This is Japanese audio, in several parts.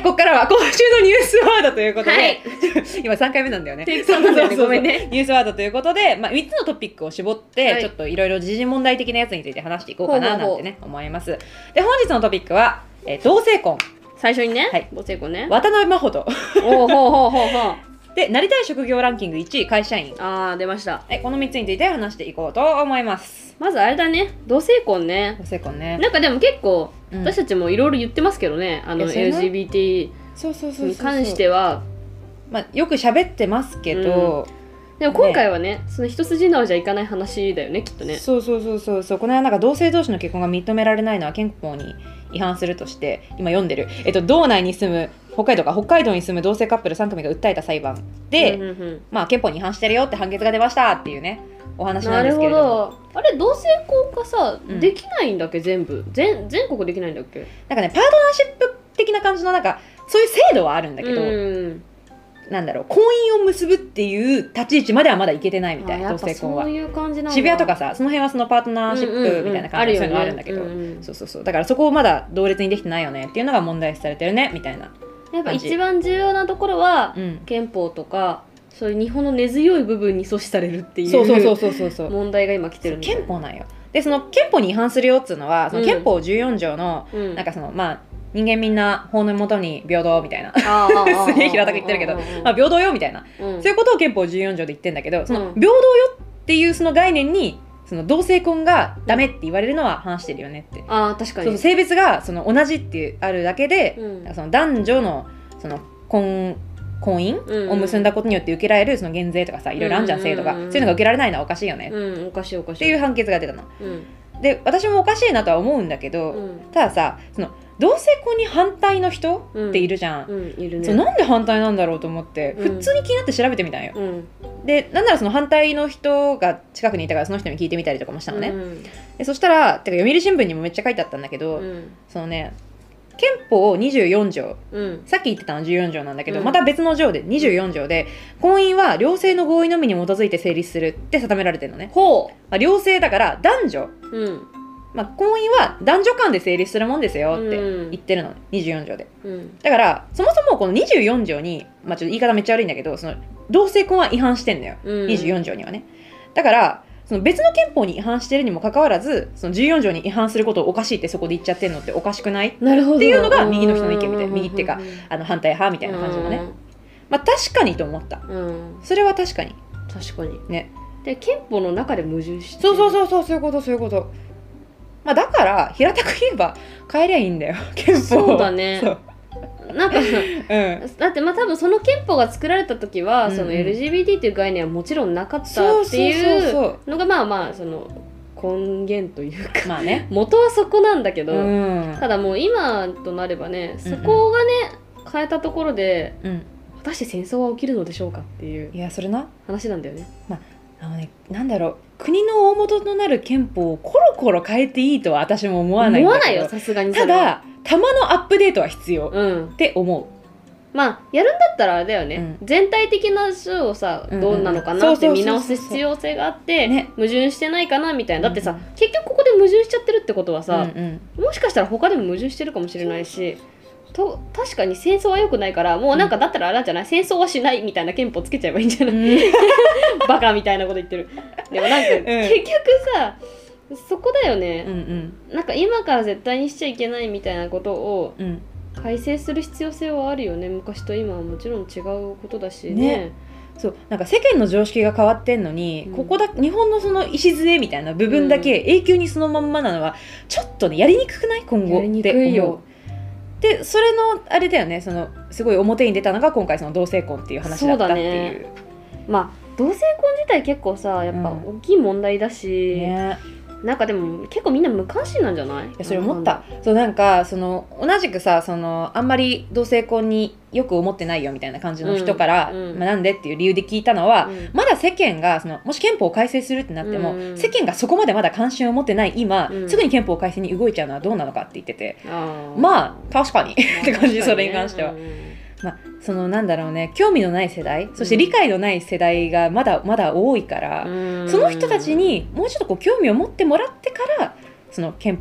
ここからは今週のニュースワードということで、 はい、 今3回目なんだよね。 そうなんだよね、ごめんね。 ニュースワードということで、3つのトピックを絞って、 はい、 ちょっといろいろ時事問題的なやつについて話していこうかななんてね思います。で、本日のトピックは、同性婚。 最初にね、 はい、 同性婚ね。 渡辺真帆とおーほうほうほうほうで、なりたい職業ランキング1位会社員。 出ました。 この3つについて話していこうと思います。 まずあれだね、同性婚ね。 同性婚ね。 なんかでも結構、私たちもいろいろ言ってますけどね、LGBT に関しては。 よく喋ってますけど、 でも今回はね、その一筋縄じゃいかない話だよね、きっとね。 そうこの間なんか同性同士の結婚が認められないのは憲法に違反するとして今読んでる、道内に住む北海道に住む同性カップル3組が訴えた裁判で、憲法に違反してるよって判決が出ましたっていうねお話なんですけれども。 なるほど。あれ同性婚がさ、できないんだっけ、全部全国できないんだっけ。 なんかね、パートナーシップ的な感じのなんかそういう制度はあるんだけど、なんだろう、婚姻を結ぶっていう立ち位置まではまだいけてないみたいな。同性婚はそういう感じなんだ。 渋谷とかさ、その辺はそのパートナーシップみたいな感じのそういうのがあるんだけど、だからそこをまだ同列にできてないよねっていうのが問題視されてるねみたいな。 やっぱ一番重要なところは、憲法とかそういう日本の根強い部分に阻止されるっていう問題が今来てるんだよ。 憲法なんよ。で、その憲法に違反するよっつうのは、その憲法14条の、なんかその人間みんな法の下に平等みたいなすげえ平たく言ってるけど、平等よみたいな、そういうことを憲法14条で言ってんだけど、その平等よっていうその概念にその同性婚がダメって言われるのは反してるよねって。 確かに。 性別がその同じっていうあるだけで、その男女のその婚姻を結んだことによって受けられるその減税とかさ、いろいろあんじゃん制度が、そういうのが受けられないのはおかしいよね、 おかしいっていう判決が出たの。で、私もおかしいなとは思うんだけど、たださ、その同性婚に反対の人っているじゃん。 いるね。 そう、なんで反対なんだろうと思って、普通に気になって調べてみたんよ。で、なんならその反対の人が近くにいたからその人に聞いてみたりとかもしたのね。で、そしたら読売新聞にもめっちゃ書いてあったんだけど、そのね、憲法24条、さっき言ってたの14条なんだけど、また別の条で24条で、婚姻は両性の合意のみに基づいて成立するって定められてるのね。両性だから男女、婚姻は男女間で成立するもんですよって言ってるの、24条で。だからそもそもこの24条に、ちょっと言い方めっちゃ悪いんだけど、その同性婚は違反してんのよ、24条にはね。だからその別の憲法に違反してるにもかかわらず、その14条に違反することをおかしいってそこで言っちゃってるのっておかしくないっていうのが右の人の意見みたいな。右っていうか反対派みたいな感じのね。確かにと思った。それは確かにね。 で、憲法の中で矛盾してそういうことだから平たく言えば変えりゃいいんだよ、憲法。 そうだね。なんか、だって多分その憲法が作られた時は、その LGBT っていう概念はもちろんなかったっていうのがその根源というか、元はそこなんだけど、ただもう今となればね、そこがね変えたところで、果たして戦争は起きるのでしょうかっていう話なんだよね。 なんだろう、国の大元となる憲法をコロコロ変えていいとは私も思わないんだけど、 思わないよ、さすがに。 ただ玉のアップデートは必要って思う。 やるんだったらあれだよね、全体的な章をさ、どうなのかなって見直す必要性があって、矛盾してないかなみたいな。だってさ、結局ここで矛盾しちゃってるってことはさ、もしかしたら他でも矛盾してるかもしれないし、確かに戦争は良くないから、もうなんかだったらあれなんじゃない、戦争はしないみたいな憲法つけちゃえばいいんじゃない、バカみたいなこと言ってる。でもなんか、結局さ、そこだよね、なんか今から絶対にしちゃいけないみたいなことを改正する必要性はあるよね。昔と今はもちろん違うことだしね。 そうなんか世間の常識が変わってんのに、ここだ日本のその礎みたいな部分だけ永久にそのまんまなのはちょっとねやりにくくない今後って思う。でそれのあれだよね、そのすごい表に出たのが今回その同性婚っていう話だったっていう。 同性婚自体結構さやっぱ大きい問題だし、なんかでも結構みんな無関心なんじゃない？ いや、それ思った。そうなんかその同じくさ、そのあんまり同性婚によく思ってないよみたいな感じの人から、なんでっていう理由で聞いたのは、まだ世間がそのもし憲法を改正するってなっても、世間がそこまでまだ関心を持ってない今、すぐに憲法改正に動いちゃうのはどうなのかって言ってて、確かにって感じ、それに関しては。そのなんだろうね、興味のない世代、そして理解のない世代がまだまだ多いから、その人たちにもうちょっとこう興味を持ってもらってからその憲法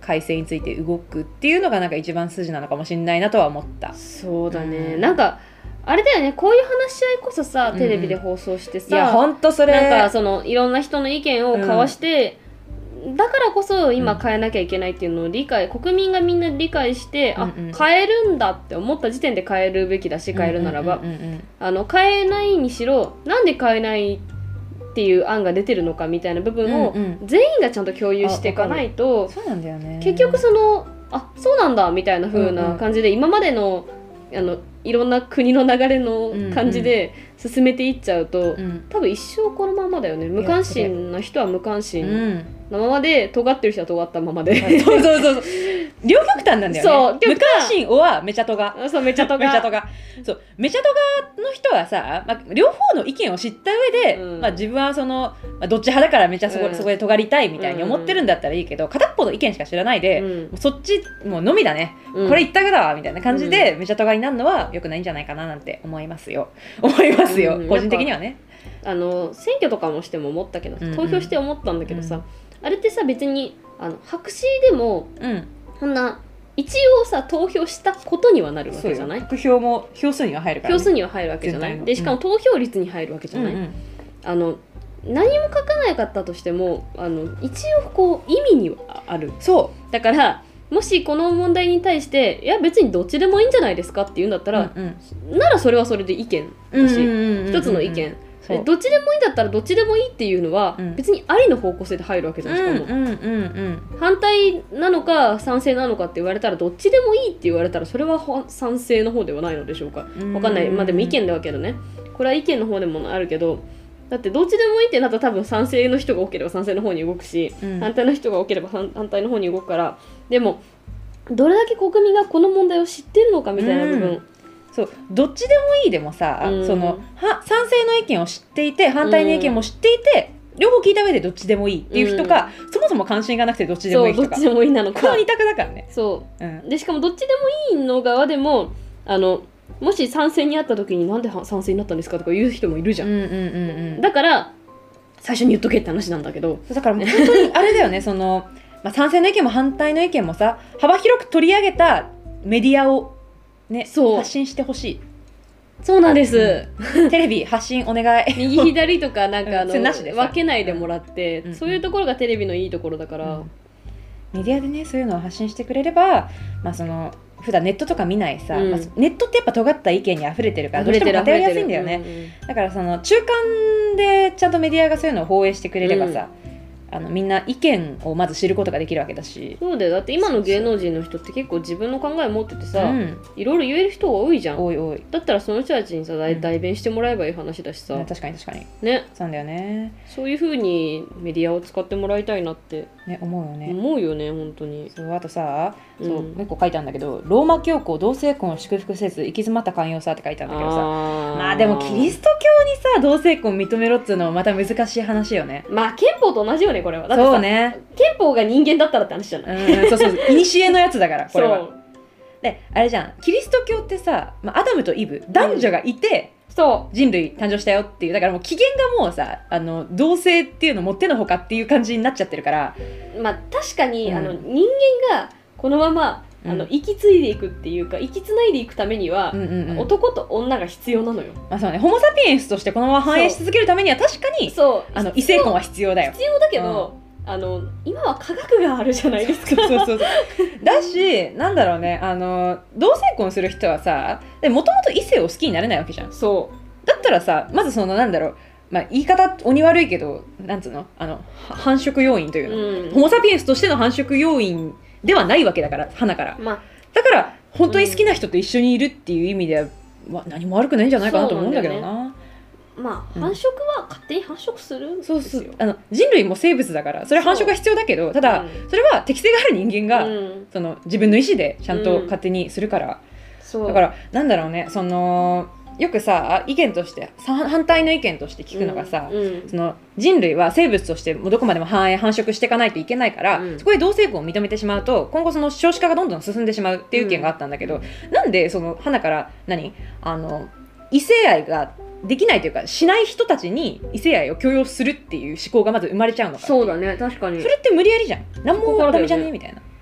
改正について動くっていうのがなんか一番筋なのかもしれないなとは思った。 そうだね、なんかあれだよね、こういう話し合いこそさテレビで放送してさ、 いやほんとそれなんかそのいろんな人の意見を交わして、だからこそ今変えなきゃいけないっていうのを国民がみんな理解して、変えるんだって思った時点で変えるべきだし、変えるならば変えないにしろなんで変えないっていう案が出てるのかみたいな部分を全員がちゃんと共有していかないと、 そうなんだよね、 結局そのそうなんだみたいな風な感じで今までのいろんな国の流れの感じで進めていっちゃうと、多分一生このままだよね。無関心な人は無関心のままで、尖ってる人は尖ったままで、 そう両極端なんだよね。そう無関心はめちゃとが、 そうめちゃとがそうめちゃとがの人はさ、両方の意見を知った上で、自分はその、どっち派だからめちゃそこで尖りたいみたいに思ってるんだったらいいけど、片っぽの意見しか知らないで、もうそっちもうのみだね、これ一択だわみたいな感じで、めちゃとがになるのは良くないんじゃないかななんて思いますよ、個人的にはね。 選挙とかもしても思ったけど、投票して思ったんだけどさ、あれってさ別に白紙でも、そんな一応さ投票したことにはなるわけじゃない。 得票も票数には入るから、ね、 票数には入るわけじゃない。でしかも投票率に入るわけじゃない。何も書かなかったとしても一応こう意味にはある。 そうだからもしこの問題に対していや別にどっちでもいいんじゃないですかって言うんだったら、ならそれはそれで意見だし、一つの意見、どっちでもいいんだったらどっちでもいいっていうのは、別にありの方向性で入るわけじゃないですか。反対なのか賛成なのかって言われたらどっちでもいいって言われたらそれは賛成の方ではないのでしょうか。わかんない。でも意見だけどね、これは意見の方でもあるけど、だってどっちでもいいってなったら多分賛成の人が多ければ賛成の方に動くし、反対の人が多ければ反対の方に動くから、でもどれだけ国民がこの問題を知ってるのかみたいな部分、 そうどっちでもいいでもさ、その賛成の意見を知っていて反対の意見も知っていて、両方聞いた上でどっちでもいいっていう人か、そもそも関心がなくてどっちでもいい人か、 どっちでもいいなのか、 この二択だからね。 でしかもどっちでもいいの側でももし賛成にあった時になんで賛成になったんですかとか言う人もいるじゃん。だから最初に言っとけって話なんだけど、 だから本当にあれだよねその、賛成の意見も反対の意見もさ幅広く取り上げたメディアをね発信してほしい。 そうなんです、 テレビ発信お願い。 右左とかなんか分けないでもらって、そういうところがテレビのいいところだから、 メディアでねそういうのを発信してくれれば、その普段ネットとか見ないさ、ネットってやっぱ尖った意見に溢れてるからどうしても偏りやすいんだよね。だからその中間でちゃんとメディアがそういうのを放映してくれればさ、みんな意見をまず知ることができるわけだし。 そうだよ。だって今の芸能人の人って結構自分の考え持っててさ、いろいろ言える人が多いじゃん。 多い。 だったらその人たちにさ代弁してもらえばいい話だしさ、 確かにね、 そうなんだよね。 そういう風にメディアを使ってもらいたいなってね思うよね。 本当に。 そうあとさ、そう結構書いたんだけど、ローマ教皇同性婚を祝福せず行き詰まった寛容さって書いたんだけどさ、でもキリスト教にさ同性婚認めろっつうのもまた難しい話よね。 憲法と同じよねこれは。だってさ、 そうね、 憲法が人間だったらって話じゃない。 そう古のやつだからこれは。であれじゃん、キリスト教ってさ、アダムとイブ男女がいて、人類誕生したよっていう、だからもう起源がもうさ同性っていうのもってのほかっていう感じになっちゃってるから、 確かに、人間がこのまま生き継いでいくっていうか生きつないでいくためには、男と女が必要なのよ。 そうね、ホモ・サピエンスとしてこのまま繁栄し続けるためには確かに異性婚は必要だよ。 必要だけど、今は科学があるじゃないですか。 そうだし、なんだろうね、同性婚する人はさもともと異性を好きになれないわけじゃん。だったらさ、まずそのなんだろう、言い方鬼悪いけどなんつうの、繁殖要因というの、ホモ・サピエンスとしての繁殖要因ではないわけだから、花から、だから本当に好きな人と一緒にいるっていう意味では、何も悪くないんじゃないかなと思うんだけどな。 繁殖は勝手に繁殖するんですよ。 人類も生物だからそれは繁殖が必要だけど、ただ、それは適性がある人間が、その自分の意思でちゃんと勝手にするから、だからなんだろうね、そのよくさ意見として反対の意見として聞くのがさ、その人類は生物としてどこまでも繁殖していかないといけないから、そこで同性婚を認めてしまうと今後その少子化がどんどん進んでしまうっていう意見があったんだけど、なんでその花から異性愛ができないというかしない人たちに異性愛を許容するっていう思考がまず生まれちゃうのか。 そうだね、確かにそれって無理やりじゃん。何もダメじゃねみたいな。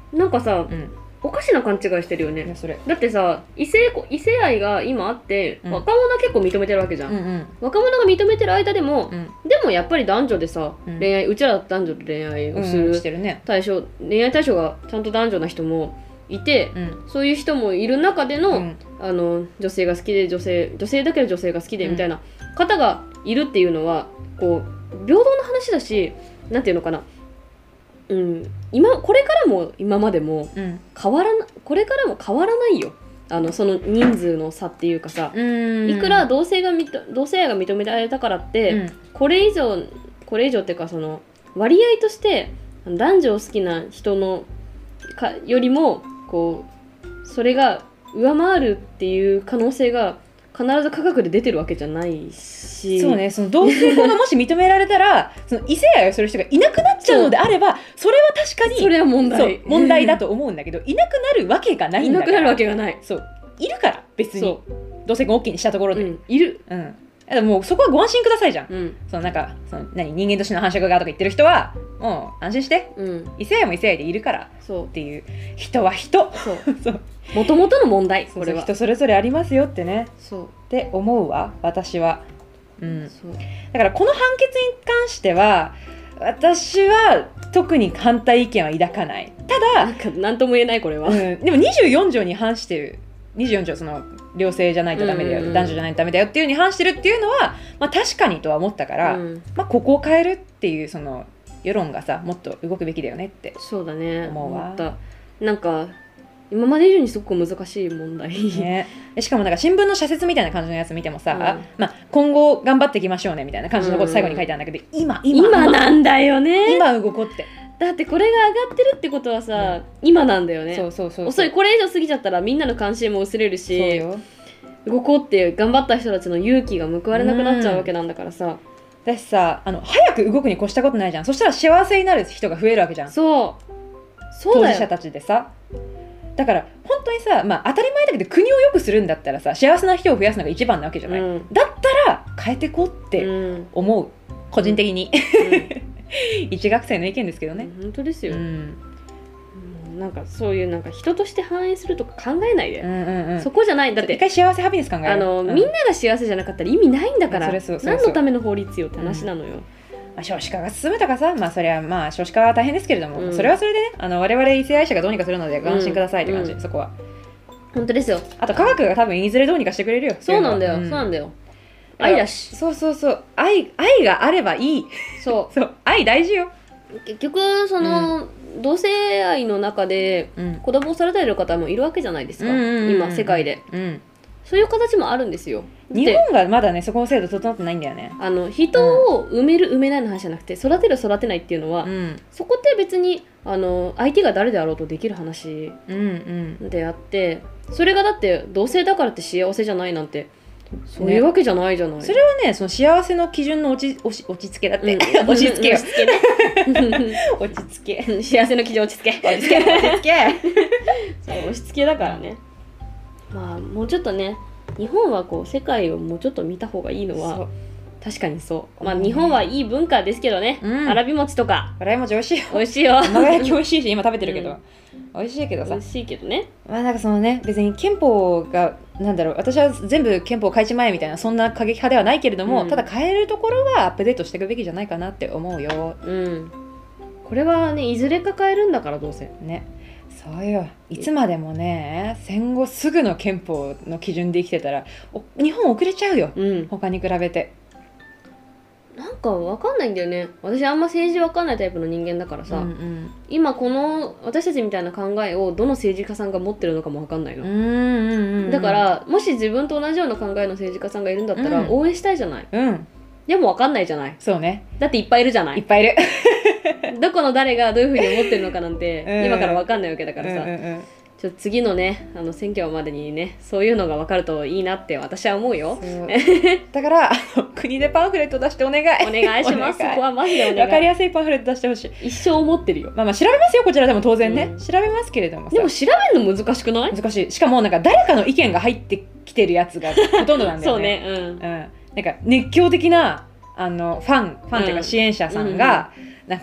なんかさ、おかしな勘違いしてるよね。それだってさ、異性愛が今あって、若者は結構認めてるわけじゃん、若者が認めてる間でも、でもやっぱり男女でさ、恋愛、うちら男女で恋愛をする対象、恋愛対象がちゃんと男女な人もいて、そういう人もいる中での、女性が好きで女性だけど女性が好きでみたいな方がいるっていうのはこう平等な話だし、なんていうのかな、これからも今までもこれからも変わらないよ。その人数の差っていうかさ、いくら同性愛が認められたからって、これ以上っていうか、その割合として男女を好きな人のよりもこうそれが上回るっていう可能性が必ず科学で出てるわけじゃないし、 そうね、その同性婚がもし認められたらその異性愛をする人がいなくなっちゃうのであれば、それは確かにそれは問題だと思うんだけど、いなくなるわけがないんだから。 いなくなるわけがない。 そう、いるから別に同性婚 OK にしたところで、 いる。 もうそこはご安心くださいじゃん。そのなんか人間としての繁殖がとか言ってる人はもう安心して、異性愛も異性愛でいるからっていう、人は人、 もともとの問題、 これは人それぞれありますよってね、って思うわ私は。だからこの判決に関しては私は特に反対意見は抱かない。ただなんとも言えないこれは、 でも24条に反してる、24条その両性じゃないとダメだよ、男女じゃないとダメだよっていうに反してるっていうのは、確かにとは思ったから、ここを変えるっていうその世論がさもっと動くべきだよねってそうだね思うわ。 なんか今まで以上にすごく難しい問題、 しかもなんか新聞の社説みたいな感じのやつ見てもさ、今後頑張っていきましょうねみたいな感じのこと最後に書いてあるんだけど、今なんだよね。 今動こうって。 だってこれが上がってるってことはさ、今なんだよね。遅い、これ以上過ぎちゃったらみんなの関心も薄れるし、動こうって頑張った人たちの勇気が報われなくなっちゃうわけなんだからさ。 だしさ、早く動くに越したことないじゃん。そしたら幸せになる人が増えるわけじゃん。 そう当事者たちでさ。だから本当にさ、当たり前だけど国を良くするんだったらさ、幸せな人を増やすのが一番なわけじゃない、だったら変えてこうって思う、個人的に、一学生の意見ですけどね。 本当ですよ、なんかそういうなんか人として反映するとか考えないで、そこじゃない。だって一回幸せハピネス考える、 みんなが幸せじゃなかったら意味ないんだから、何のための法律よって話なのよ。 少子化が進むとかさ、それは少子化は大変ですけれども、それはそれでね、我々異性愛者がどうにかするのでご安心くださいって感じ、そこは本当ですよ。 あと科学が多分いずれどうにかしてくれるよ。 そうなんだよ、そうなんだよ。愛だし、 愛があればいい。そう愛大事よ。 結局その、同性愛の中で子供をされている方もいるわけじゃないですか、今世界で、そういう形もある別よ。 日本がまだねそこの制度整ってないんだよね。 人を産める産めないの話じゃなくて、育てる育てないっていうのは、そこって別に相手が誰であろうとできる話であって、それがだって同性だからって幸せじゃないなんてそういうわけじゃないじゃない、 それはね、その幸せの基準の落ち着けだって、落ち着けよ落ち着け幸せの基準落ち着け落ち着けそう落ち着けだからね。もうちょっとね、日本はこう世界をもうちょっと見た方がいいのは確かにそう。日本はいい文化ですけどね、わらび餅とか。 わらび餅美味しいよ。 美味しいよ。 生焼き美味しいし、今食べてるけど、美味しいけどさ。 美味しいけどね。 なんかそのね、別に憲法がなんだろう、私は全部憲法変えちまえみたいなそんな過激派ではないけれども、ただ変えるところはアップデートしていくべきじゃないかなって思うよ。 これはね、いずれか変えるんだからどうせね。 そうよ。いつまでもね、戦後すぐの憲法の基準で生きてたら日本遅れちゃうよ、他に比べて。 なんか分かんないんだよね。私あんま政治分かんないタイプの人間だからさ、今この私たちみたいな考えをどの政治家さんが持ってるのかも分かんないの。だからもし自分と同じような考えの政治家さんがいるんだったら応援したいじゃない。でも分かんないじゃない。 そうね。 だっていっぱいいるじゃない。 いっぱいいるどこの誰がどういうふうに思ってるのかなんて今から分かんないわけだからさ、ちょっと次のね選挙までにねそういうのが分かるといいなって私は思うよ。 だから国でパンフレット出してお願いします。そこはマジでお願い。 分かりやすいパンフレット出してほしい。 一生思ってるよ。 調べますよ、こちらでも当然ね、調べますけれどもさ。 でも調べるの難しくない？ 難しい。しかもなんか誰かの意見が入ってきてるやつがほとんどなんだよね。 そうね。 なんか熱狂的なファンというか支援者さんが、なんか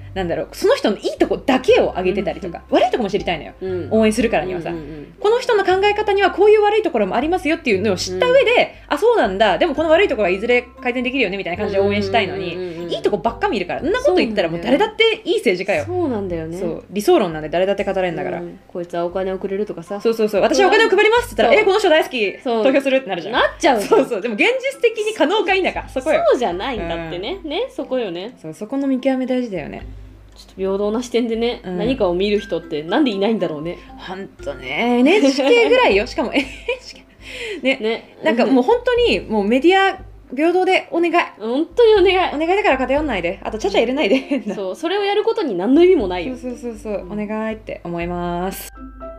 なんだろう、その人のいいとこだけを上げてたりとか、悪いとこも知りたいのよ、応援するからにはさ、この人の考え方にはこういう悪いところもありますよっていうのを知った上で、あ、そうなんだ、でもこの悪いところはいずれ改善できるよねみたいな感じで応援したいのに、いいとこばっか見るから、そんなこと言ったらもう誰だっていい政治家よ。 そうなんだよね。 そう理想論なんで誰だって語れるんだから、 こいつはお金をくれるとかさ、 そう私はお金を配りますって言ったら、この人大好き、投票するってなるじゃん。 なっちゃう。 そうでも現実的に可能か否か、そこよ。 そうじゃないんだってね、そこよね。 そこの見極め大事だよね。 ちょっと平等な視点でね、何かを見る人ってなんでいないんだろうね。 ほんとね、NHK ぐらいよ。しかも NHK ね、なんかもう本当にもうメディア平等でお願い、 本当にお願いだから偏んないで、あとちゃちゃ入れないで、 それをやることに何の意味もないよ。 そうお願いって思います。